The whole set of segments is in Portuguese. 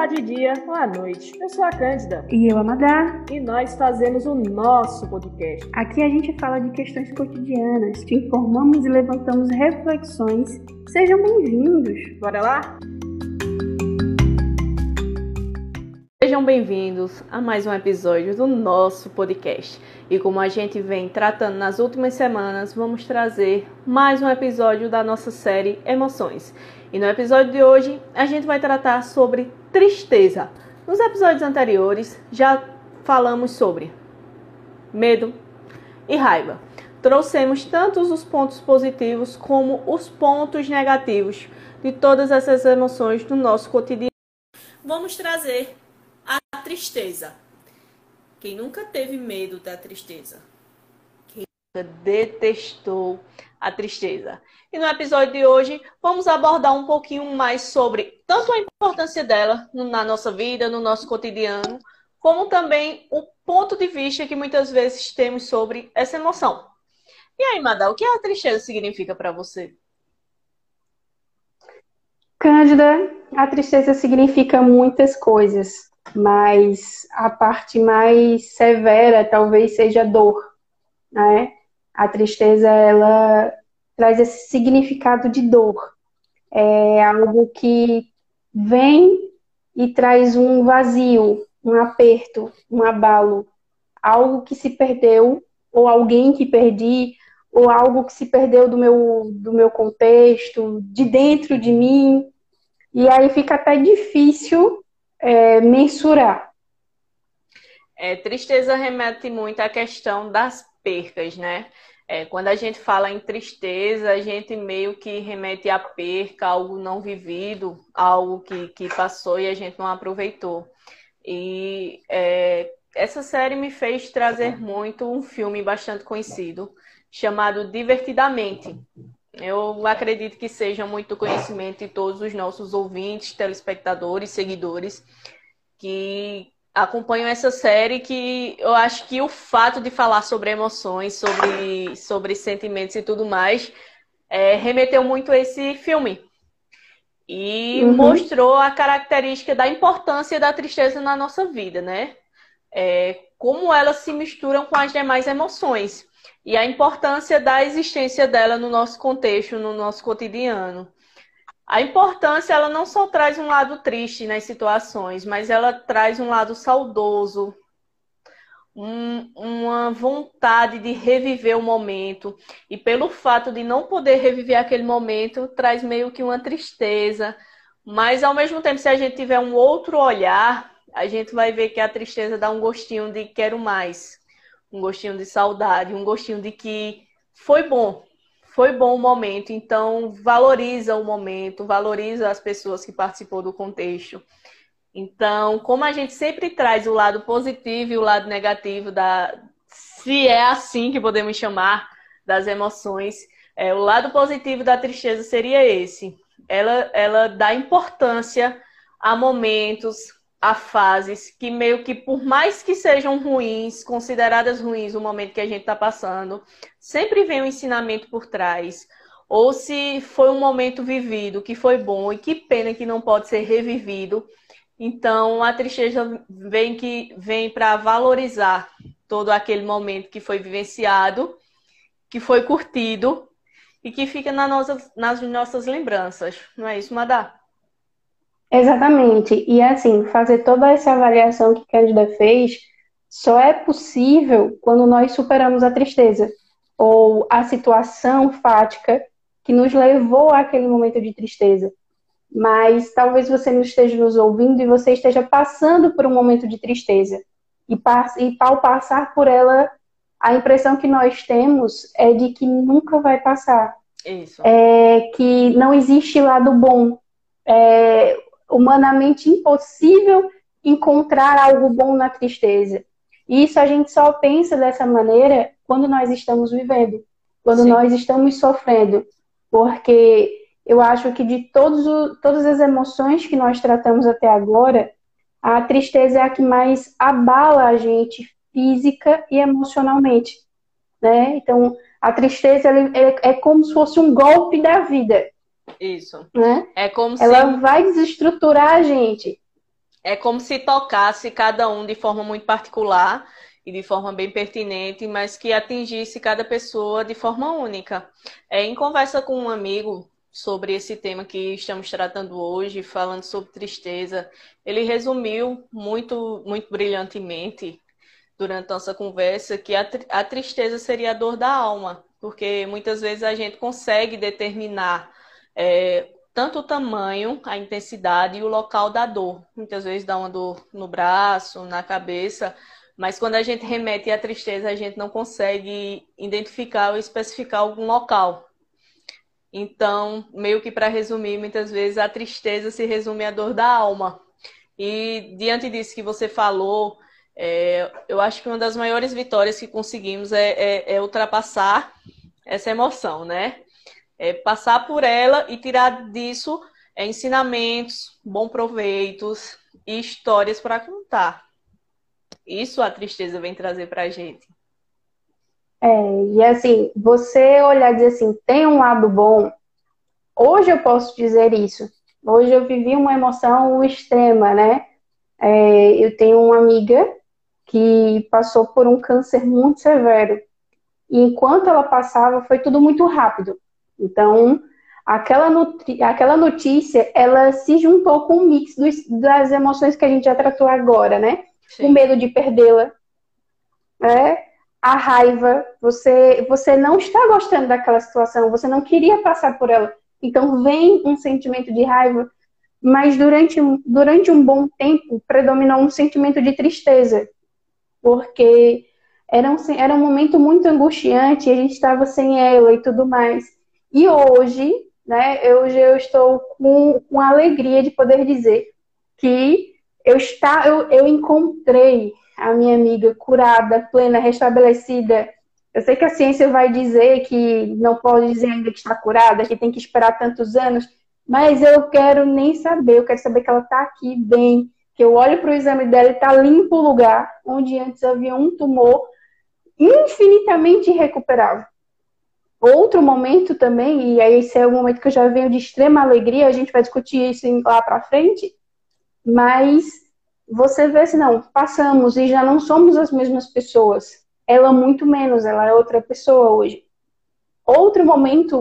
está de dia ou à noite. Eu sou a Cândida. E eu, a Madá. E nós fazemos o nosso podcast. Aqui a gente fala de questões cotidianas, te informamos e levantamos reflexões. Sejam bem-vindos. Bora lá? Sejam bem-vindos a mais um episódio do nosso podcast. E como a gente vem tratando nas últimas semanas, vamos trazer mais um episódio da nossa série Emoções. E no episódio de hoje, a gente vai tratar sobre tristeza. Nos episódios anteriores, já falamos sobre medo e raiva. Trouxemos tanto os pontos positivos como os pontos negativos de todas essas emoções do nosso cotidiano. Vamos trazer a tristeza. Quem nunca teve medo da tristeza? Quem nunca detestou a tristeza? E no episódio de hoje, vamos abordar um pouquinho mais sobre tanto a importância dela na nossa vida, no nosso cotidiano, como também o ponto de vista que muitas vezes temos sobre essa emoção. E aí, Madá, o que a tristeza significa para você? Cândida, a tristeza significa muitas coisas, mas a parte mais severa talvez seja a dor, né? A tristeza, ela traz esse significado de dor. É algo que vem e traz um vazio, um aperto, um abalo. Algo que se perdeu, ou alguém que perdi, ou algo que se perdeu do meu contexto, de dentro de mim. E aí fica até difícil mensurar. Tristeza remete muito à questão das percas, né? Quando a gente fala em tristeza, a gente meio que remete à perca, algo não vivido, algo que passou e a gente não aproveitou. E essa série me fez trazer muito um filme bastante conhecido, chamado Divertidamente. Eu acredito que seja muito conhecimento de todos os nossos ouvintes, telespectadores, seguidores, que acompanham essa série, que eu acho que o fato de falar sobre emoções, sobre sentimentos e tudo mais, remeteu muito a esse filme. E mostrou a característica da importância da tristeza na nossa vida, né? Como elas se misturam com as demais emoções. E a importância da existência dela no nosso contexto, no nosso cotidiano. A importância, ela não só traz um lado triste nas situações, mas ela traz um lado saudoso, uma vontade de reviver o momento. E pelo fato de não poder reviver aquele momento, traz meio que uma tristeza. Mas, ao mesmo tempo, se a gente tiver um outro olhar, a gente vai ver que a tristeza dá um gostinho de quero mais. Um gostinho de saudade, um gostinho de que foi bom o momento, então valoriza o momento, valoriza as pessoas que participou do contexto. Então, como a gente sempre traz o lado positivo e o lado negativo, se é assim que podemos chamar, das emoções, o lado positivo da tristeza seria esse. Ela dá importância a momentos, a fases que meio que, por mais que sejam ruins, consideradas ruins o momento que a gente está passando, sempre vem um ensinamento por trás. Ou se foi um momento vivido que foi bom e que pena que não pode ser revivido. Então, a tristeza vem para valorizar todo aquele momento que foi vivenciado, que foi curtido e que fica nas nossas lembranças. Não é isso, Madá? Exatamente. E assim, fazer toda essa avaliação que Cândida fez só é possível quando nós superamos a tristeza ou a situação fática que nos levou àquele momento de tristeza. Mas talvez você não esteja nos ouvindo e você esteja passando por um momento de tristeza. E ao passar por ela, a impressão que nós temos é de que nunca vai passar. Isso. Que não existe lado bom. Humanamente impossível encontrar algo bom na tristeza. E isso a gente só pensa dessa maneira quando nós estamos vivendo, quando Sim. Nós estamos sofrendo. Porque eu acho que de todas as emoções que nós tratamos até agora, a tristeza é a que mais abala a gente física e emocionalmente, né? Então, a tristeza é como se fosse um golpe da vida. Isso. Né? É como Ela vai desestruturar a gente. É como se tocasse cada um de forma muito particular e de forma bem pertinente, mas que atingisse cada pessoa de forma única. Em conversa com um amigo sobre esse tema que estamos tratando hoje, falando sobre tristeza, ele resumiu muito brilhantemente durante nossa conversa que a tristeza seria a dor da alma, porque muitas vezes a gente consegue determinar tanto o tamanho, a intensidade e o local da dor. Muitas vezes dá uma dor no braço, na cabeça, mas quando a gente remete à tristeza, a gente não consegue identificar ou especificar algum local. Então, meio que para resumir, muitas vezes a tristeza se resume à dor da alma. E diante disso que você falou, eu acho que uma das maiores vitórias que conseguimos é ultrapassar essa emoção, né? É passar por ela e tirar disso ensinamentos, bons proveitos e histórias para contar. Isso a tristeza vem trazer para a gente. E assim, você olhar e dizer assim, tem um lado bom. Hoje eu posso dizer isso. Hoje eu vivi uma emoção extrema, né? Eu tenho uma amiga que passou por um câncer muito severo. E enquanto ela passava, foi tudo muito rápido. Então, aquela notícia, ela se juntou com o mix das emoções que a gente já tratou agora, né? Sim. O medo de perdê-la, né? A raiva, você não está gostando daquela situação, você não queria passar por ela. Então, vem um sentimento de raiva, mas durante um bom tempo, predominou um sentimento de tristeza, porque era um momento muito angustiante, a gente estava sem ela e tudo mais. E hoje, né, hoje eu estou com a alegria de poder dizer que eu encontrei a minha amiga curada, plena, restabelecida. Eu sei que a ciência vai dizer que não pode dizer ainda que está curada, que tem que esperar tantos anos, mas eu quero nem saber, eu quero saber que ela está aqui bem, que eu olho para o exame dela e está limpo o lugar onde antes havia um tumor infinitamente irrecuperável. Outro momento também, e aí esse é o momento que eu já venho de extrema alegria, a gente vai discutir isso lá para frente, mas você vê assim, não, passamos e já não somos as mesmas pessoas. Ela muito menos, ela é outra pessoa hoje. Outro momento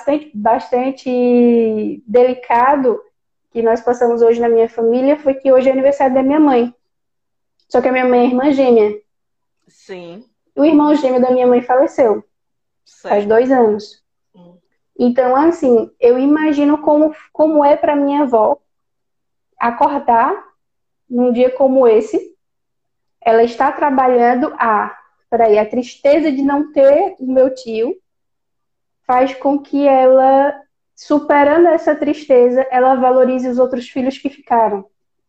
bastante delicado que nós passamos hoje na minha família foi que hoje é aniversário da minha mãe. Só que a minha mãe é irmã gêmea. Sim. O irmão gêmeo da minha mãe faleceu. Certo. Faz 2 anos. Então, assim, eu imagino como é para minha avó acordar num dia como esse, ela está trabalhando a tristeza de não ter o meu tio faz com que ela, superando essa tristeza, ela valorize os outros filhos que ficaram.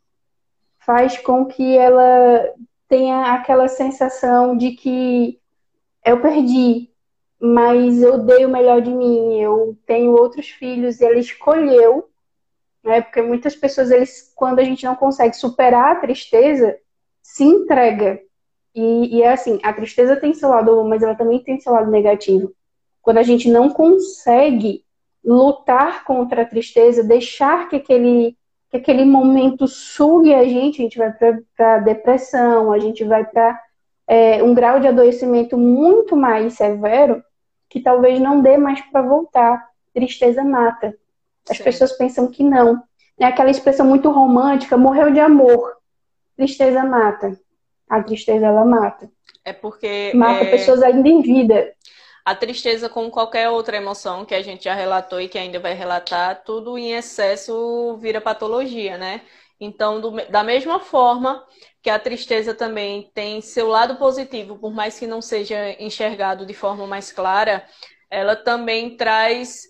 Faz com que ela tenha aquela sensação de que eu perdi, mas eu dei o melhor de mim, eu tenho outros filhos, e ela escolheu, né? Porque muitas pessoas, quando a gente não consegue superar a tristeza, se entrega. E é assim, a tristeza tem seu lado bom, mas ela também tem seu lado negativo. Quando a gente não consegue lutar contra a tristeza, deixar que aquele momento sugue a gente vai para depressão, a gente vai para um grau de adoecimento muito mais severo, que talvez não dê mais para voltar. Tristeza mata. As pessoas pensam que não. É aquela expressão muito romântica, morreu de amor. Tristeza mata. A tristeza, ela mata. É porque... Mata pessoas ainda em vida. A tristeza, como qualquer outra emoção que a gente já relatou e que ainda vai relatar, tudo em excesso vira patologia, né? Então, da mesma forma que a tristeza também tem seu lado positivo, por mais que não seja enxergado de forma mais clara, ela também traz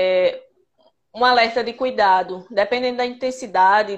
um alerta de cuidado, dependendo da intensidade,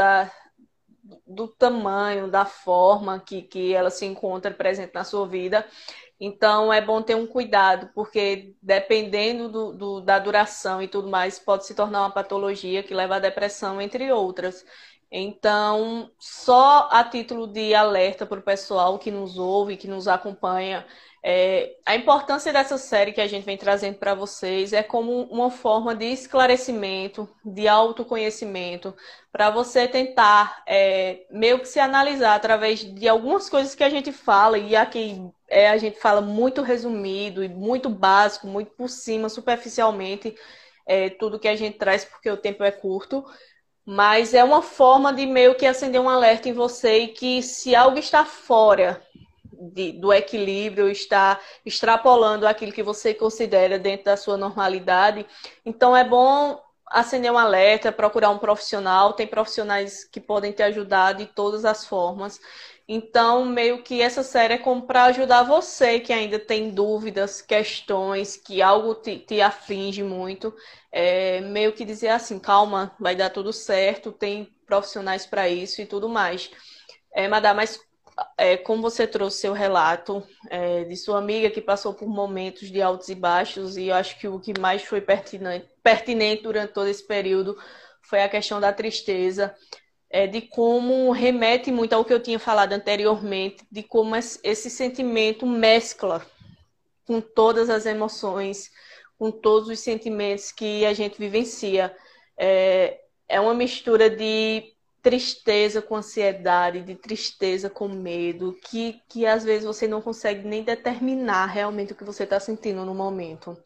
do tamanho, da forma que ela se encontra presente na sua vida. Então, é bom ter um cuidado, porque dependendo da duração e tudo mais, pode se tornar uma patologia que leva à depressão, entre outras. Então, só a título de alerta para o pessoal que nos ouve, que nos acompanha, A importância dessa série que a gente vem trazendo para vocês é como uma forma de esclarecimento, de autoconhecimento, para você tentar meio que se analisar através de algumas coisas que a gente fala, e aqui a gente fala muito resumido e muito básico, muito por cima, superficialmente, tudo que a gente traz, porque o tempo é curto. Mas é uma forma de meio que acender um alerta em você e que se algo está fora do equilíbrio, está extrapolando aquilo que você considera dentro da sua normalidade, então é bom acender um alerta, procurar um profissional. Tem profissionais que podem te ajudar de todas as formas. Então, meio que essa série é como para ajudar você que ainda tem dúvidas, questões, que algo te aflige muito. Meio que dizer assim, calma, vai dar tudo certo, tem profissionais para isso e tudo mais. Madá, mas como você trouxe seu relato de sua amiga que passou por momentos de altos e baixos, e eu acho que o que mais foi pertinente durante todo esse período foi a questão da tristeza, de como remete muito ao que eu tinha falado anteriormente, de como esse sentimento mescla com todas as emoções, com todos os sentimentos que a gente vivencia. É uma mistura de tristeza com ansiedade, de tristeza com medo, que às vezes você não consegue nem determinar realmente o que você está sentindo no momento.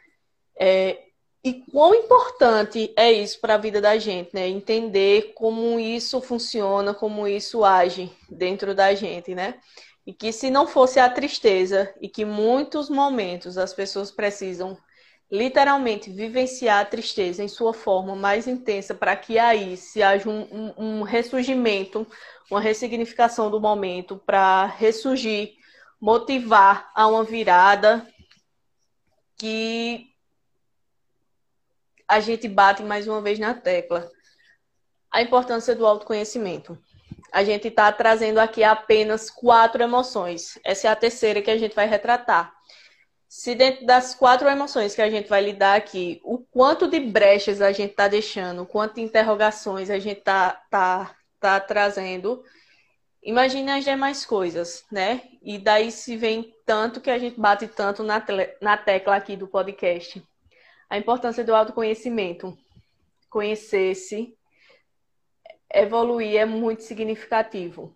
E quão importante é isso para a vida da gente, né? Entender como isso funciona, como isso age dentro da gente, né? E que se não fosse a tristeza, e que muitos momentos as pessoas precisam literalmente vivenciar a tristeza em sua forma mais intensa para que aí se haja um ressurgimento, uma ressignificação do momento para ressurgir, motivar a uma virada que a gente bate mais uma vez na tecla. A importância do autoconhecimento. A gente está trazendo aqui apenas 4 emoções. Essa é a terceira que a gente vai retratar. Se dentro das 4 emoções que a gente vai lidar aqui, o quanto de brechas a gente está deixando, o quanto de interrogações a gente tá trazendo, imagine as demais coisas, né? E daí se vem tanto que a gente bate tanto na tecla aqui do podcast. A importância do autoconhecimento. Conhecer-se, evoluir é muito significativo.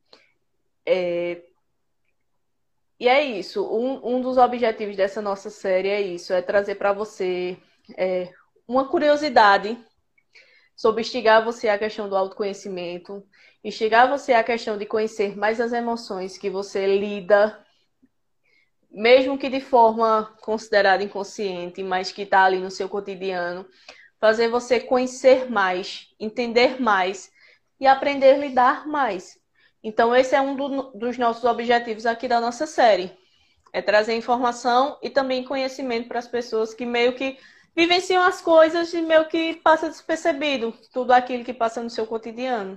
E é isso. Um dos objetivos dessa nossa série é isso. É trazer para você uma curiosidade sobre instigar você a questão do autoconhecimento, instigar você a questão de conhecer mais as emoções que você lida, mesmo que de forma considerada inconsciente, mas que está ali no seu cotidiano. Fazer você conhecer mais, entender mais e aprender a lidar mais. Então, esse é um dos nossos objetivos aqui da nossa série. É trazer informação e também conhecimento para as pessoas que meio que vivenciam as coisas e meio que passa despercebido tudo aquilo que passa no seu cotidiano.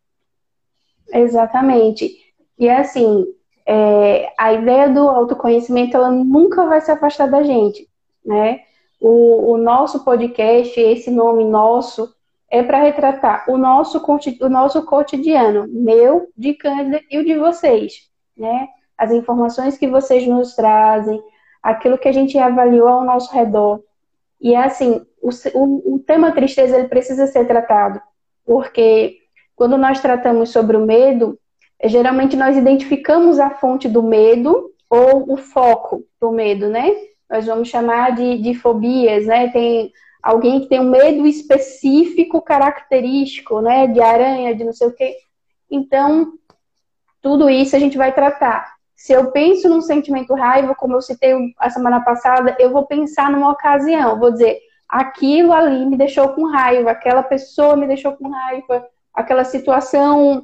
Exatamente. E assim, a ideia do autoconhecimento, ela nunca vai se afastar da gente, né? O nosso podcast, esse nome nosso, é para retratar o nosso cotidiano, meu, de Cândida e o de vocês, né? As informações que vocês nos trazem, aquilo que a gente avaliou ao nosso redor. E assim, o tema tristeza, ele precisa ser tratado, porque quando nós tratamos sobre o medo, geralmente nós identificamos a fonte do medo ou o foco do medo, né? Nós vamos chamar de fobias, né? Tem alguém que tem um medo específico, característico, né? De aranha, de não sei o quê. Então, tudo isso a gente vai tratar. Se eu penso num sentimento raiva, como eu citei a semana passada, eu vou pensar numa ocasião. Vou dizer, aquilo ali me deixou com raiva, aquela pessoa me deixou com raiva, aquela situação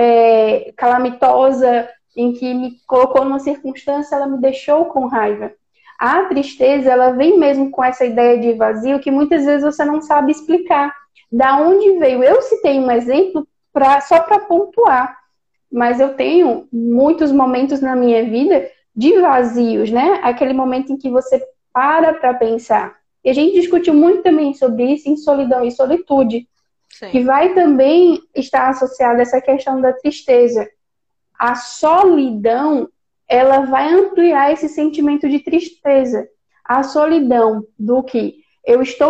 calamitosa em que me colocou numa circunstância, ela me deixou com raiva. A tristeza, ela vem mesmo com essa ideia de vazio que muitas vezes você não sabe explicar. Da onde veio? Eu citei um exemplo só para pontuar, mas eu tenho muitos momentos na minha vida de vazios, né? Aquele momento em que você para pensar. E a gente discutiu muito também sobre isso em Solidão e Solitude. Sim. Que vai também estar associada a essa questão da tristeza. A solidão ela vai ampliar esse sentimento de tristeza. A solidão do que eu estou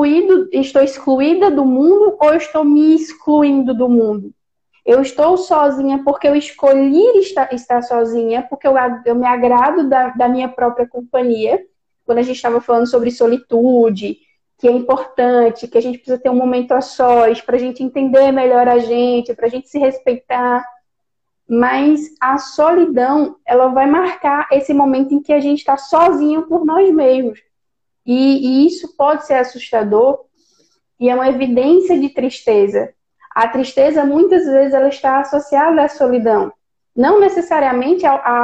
excluída do mundo ou eu estou me excluindo do mundo? Eu estou sozinha porque eu escolhi estar sozinha, porque eu me agrado da minha própria companhia. Quando a gente estava falando sobre solitude, que é importante, que a gente precisa ter um momento a sós para a gente entender melhor a gente, para a gente se respeitar. Mas a solidão, ela vai marcar esse momento em que a gente está sozinho por nós mesmos. E isso pode ser assustador e é uma evidência de tristeza. A tristeza, muitas vezes, ela está associada à solidão. Não necessariamente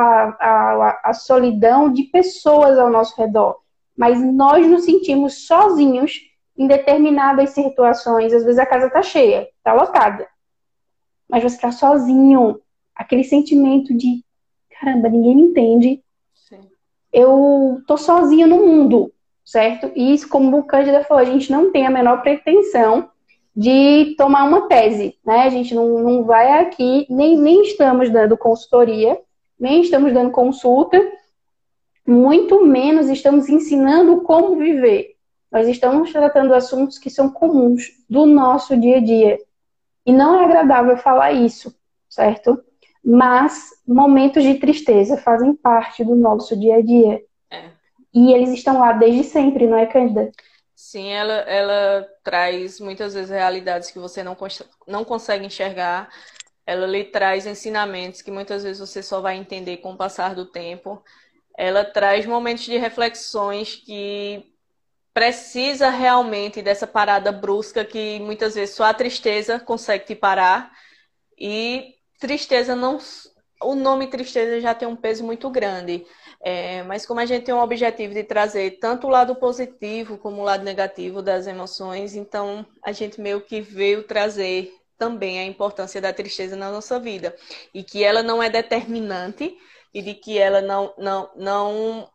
a solidão de pessoas ao nosso redor, mas nós nos sentimos sozinhos em determinadas situações. Às vezes a casa está cheia, está lotada, mas você está sozinho. Aquele sentimento de, caramba, ninguém me entende. Sim. Eu tô sozinho no mundo, certo? E isso, como o Cândida falou, a gente não tem a menor pretensão de tomar uma tese, né? A gente não vai aqui, nem estamos dando consultoria, nem estamos dando consulta, muito menos estamos ensinando como viver. Nós estamos tratando assuntos que são comuns do nosso dia a dia. E não é agradável falar isso, certo? Mas momentos de tristeza fazem parte do nosso dia a dia. É. E eles estão lá desde sempre, não é, Cândida? Sim, ela traz muitas vezes realidades que você não consegue enxergar. Ela lhe traz ensinamentos que muitas vezes você só vai entender com o passar do tempo. Ela traz momentos de reflexões que precisa realmente dessa parada brusca que muitas vezes só a tristeza consegue te parar. E tristeza não. O nome tristeza já tem um peso muito grande. Mas como a gente tem um objetivo de trazer tanto o lado positivo como o lado negativo das emoções, então a gente meio que veio trazer também a importância da tristeza na nossa vida. E que ela não é determinante e de que ela não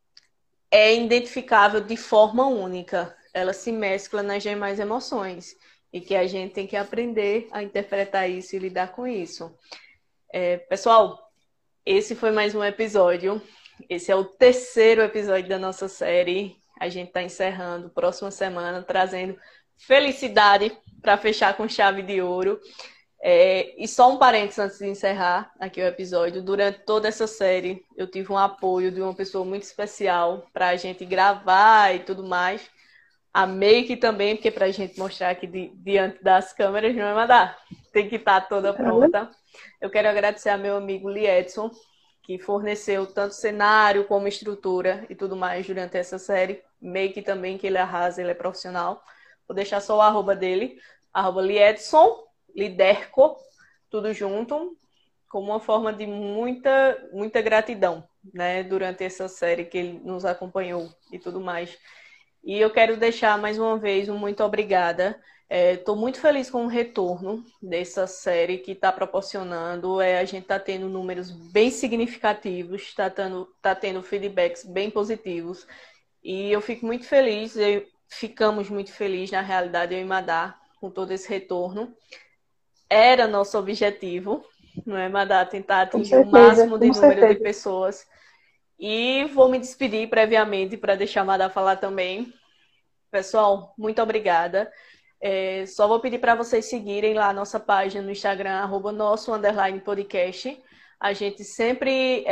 é identificável de forma única. Ela se mescla nas demais emoções. E que a gente tem que aprender a interpretar isso e lidar com isso. Pessoal, esse foi mais um episódio. Esse é o terceiro episódio da nossa série. A gente está encerrando próxima semana, trazendo felicidade para fechar com chave de ouro. E só um parênteses antes de encerrar aqui o episódio. Durante toda essa série, eu tive um apoio de uma pessoa muito especial para a gente gravar e tudo mais. A make também, porque para a gente mostrar aqui diante das câmeras, não é, Madá? Tem que estar toda pronta. Eu quero agradecer ao meu amigo Liedson, que forneceu tanto cenário como estrutura e tudo mais durante essa série. Make também, que ele arrasa, ele é profissional. Vou deixar só o arroba dele, @Liedson, Liderco, tudo junto, como uma forma de muita, muita gratidão, né, durante essa série que ele nos acompanhou e tudo mais. E eu quero deixar mais uma vez um muito obrigada. Estou muito feliz com o retorno dessa série que está proporcionando. A gente está tendo números bem significativos, está tendo feedbacks bem positivos. E eu fico muito feliz, ficamos muito felizes, na realidade, eu e Madá, com todo esse retorno. Era nosso objetivo, não é, Madá? Tentar atingir o máximo de número de pessoas. E vou me despedir previamente para deixar a Madá falar também. Pessoal, muito obrigada. Só vou pedir para vocês seguirem lá a nossa página no Instagram, @nosso_podcast. A gente sempre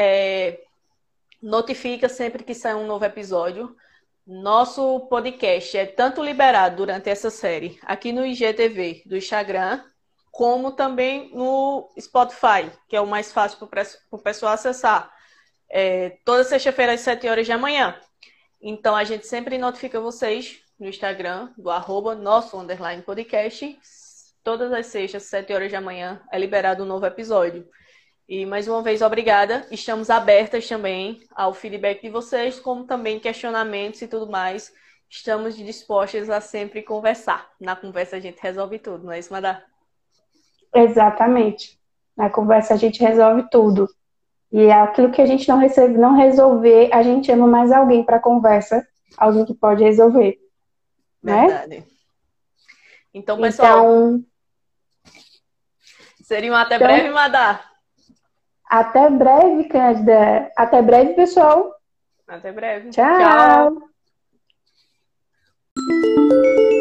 notifica sempre que sai um novo episódio. Nosso podcast é tanto liberado durante essa série aqui no IGTV do Instagram, como também no Spotify, que é o mais fácil para o pessoal acessar. Toda sexta-feira às 7 horas da manhã. Então a gente sempre notifica vocês no Instagram do @nosso_podcast. Todas as sextas, 7 horas da manhã, é liberado um novo episódio. E mais uma vez, obrigada. Estamos abertas também ao feedback de vocês, como também questionamentos e tudo mais. Estamos dispostas a sempre conversar. Na conversa a gente resolve tudo, não é isso, Madá? Exatamente. Na conversa a gente resolve tudo. E é aquilo que a gente não resolver, a gente chama mais alguém para conversa, alguém que pode resolver. Verdade. Né? Então, pessoal, seria um até breve, Madá. Até breve, Cândida. Até breve, pessoal. Até breve. Tchau. Tchau.